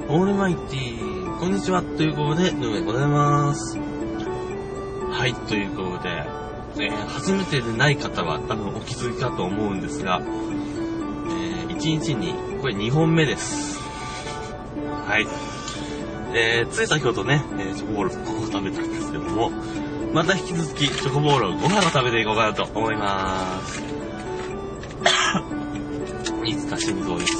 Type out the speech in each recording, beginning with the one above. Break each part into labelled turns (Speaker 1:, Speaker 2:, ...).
Speaker 1: オールマイティー、こんにちは、ということで、ぬでございます。はい、ということで、初めてでない方は多分お気づきかと思うんですが、1日に、これ2本目です。はい。つい先ほどね、チョコボール5個食べたんですけども、また引き続きチョコボールを5個食べていこうかなと思います。いつか心臓です。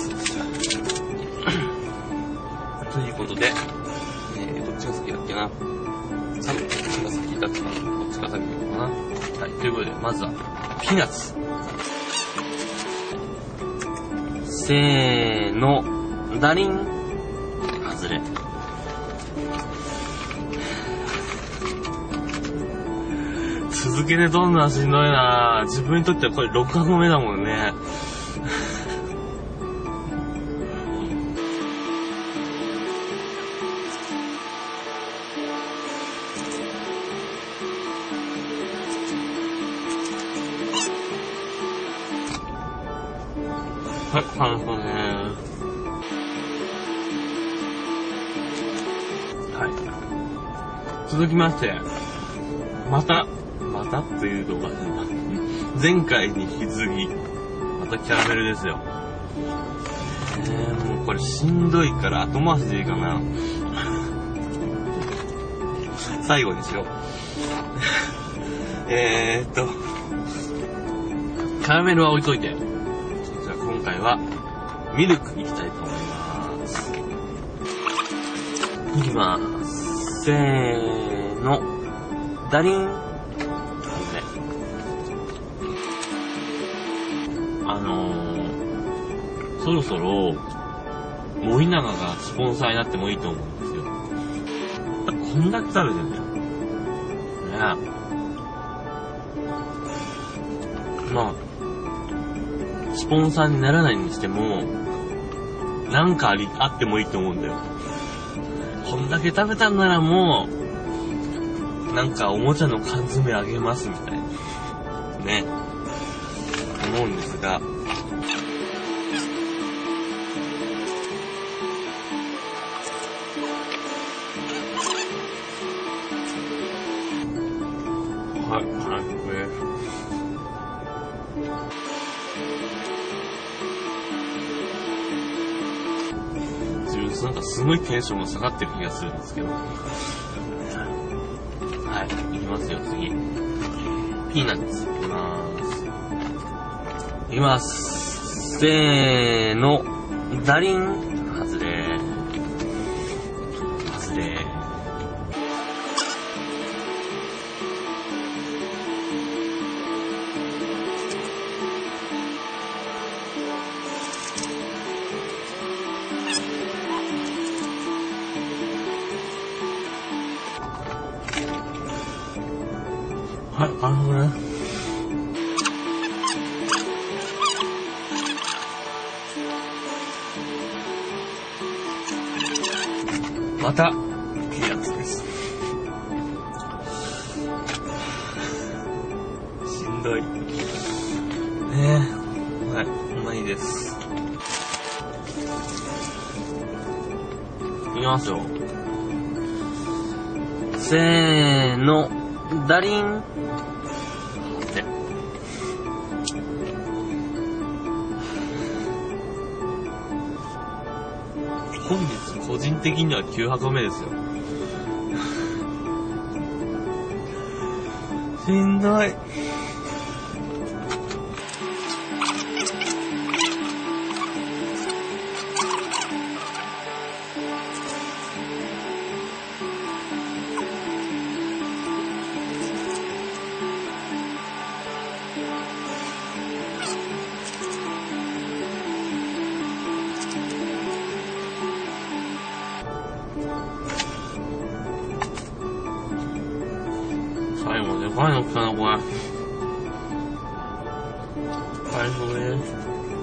Speaker 1: ということで、どっちが先だっけな。どっちが先だったかな。どっちが先だったかな。はい、ということで、まずは、ピーナッツ。せーの、ダリン。外れ。続けてどんどんしんどいなぁ。自分にとってはこれ6個目だもんね。はい、なるほどね。はい。続きまして、またという動画で、前回に引き続き、またキャラメルですよ。もうこれしんどいから後回しでいいかな。最後にしよう。キャラメルは置いといて。じゃあ今回は、ミルクにしたいと思います。いきます。せーの。ダリン。そろそろ、森永がスポンサーになってもいいと思うんですよ。こんだけ食べてんだよ。ねえ。まあ、スポンサーにならないにしても、なんかあってもいいと思うんだよ。こんだけ食べたんならもう、なんかおもちゃの缶詰あげますみたいな。ね。思うんですが、はい、自分なんかすごいテンションが下がってる気がするんですけど。はい、いきますよ、次。ピーナッツ、いきます。いきます。せーの、ダリン、外れ。外れ。はい、なるほどね。また、ピーナッツです。しんどい。ねえ。はい、まあいいです。いきますよ。せーの、ダリン。本日個人的には9箱目ですよ。しんどい。最後でかいの来たな、これ。最後です。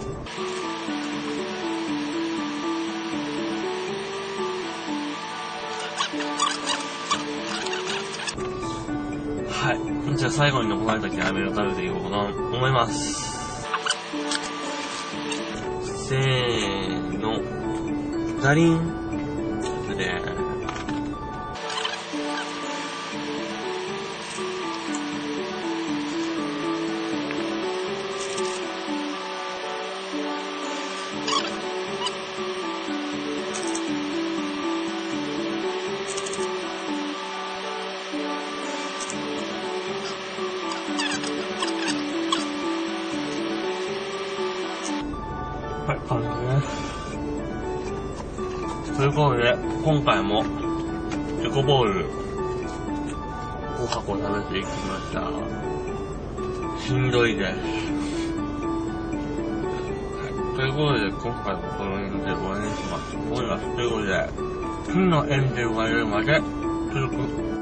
Speaker 1: はい。じゃあ最後に残されたキャラメルを食べていこうかなと思います。せーの。ダリン。 ね。はい、感じです。ということで、今回もチョコボール5箱食べていきました。しんどいです。はい、ということで、今回もこの辺で終わりにします。思います。ということで、金のエンゼルが出るまで続く。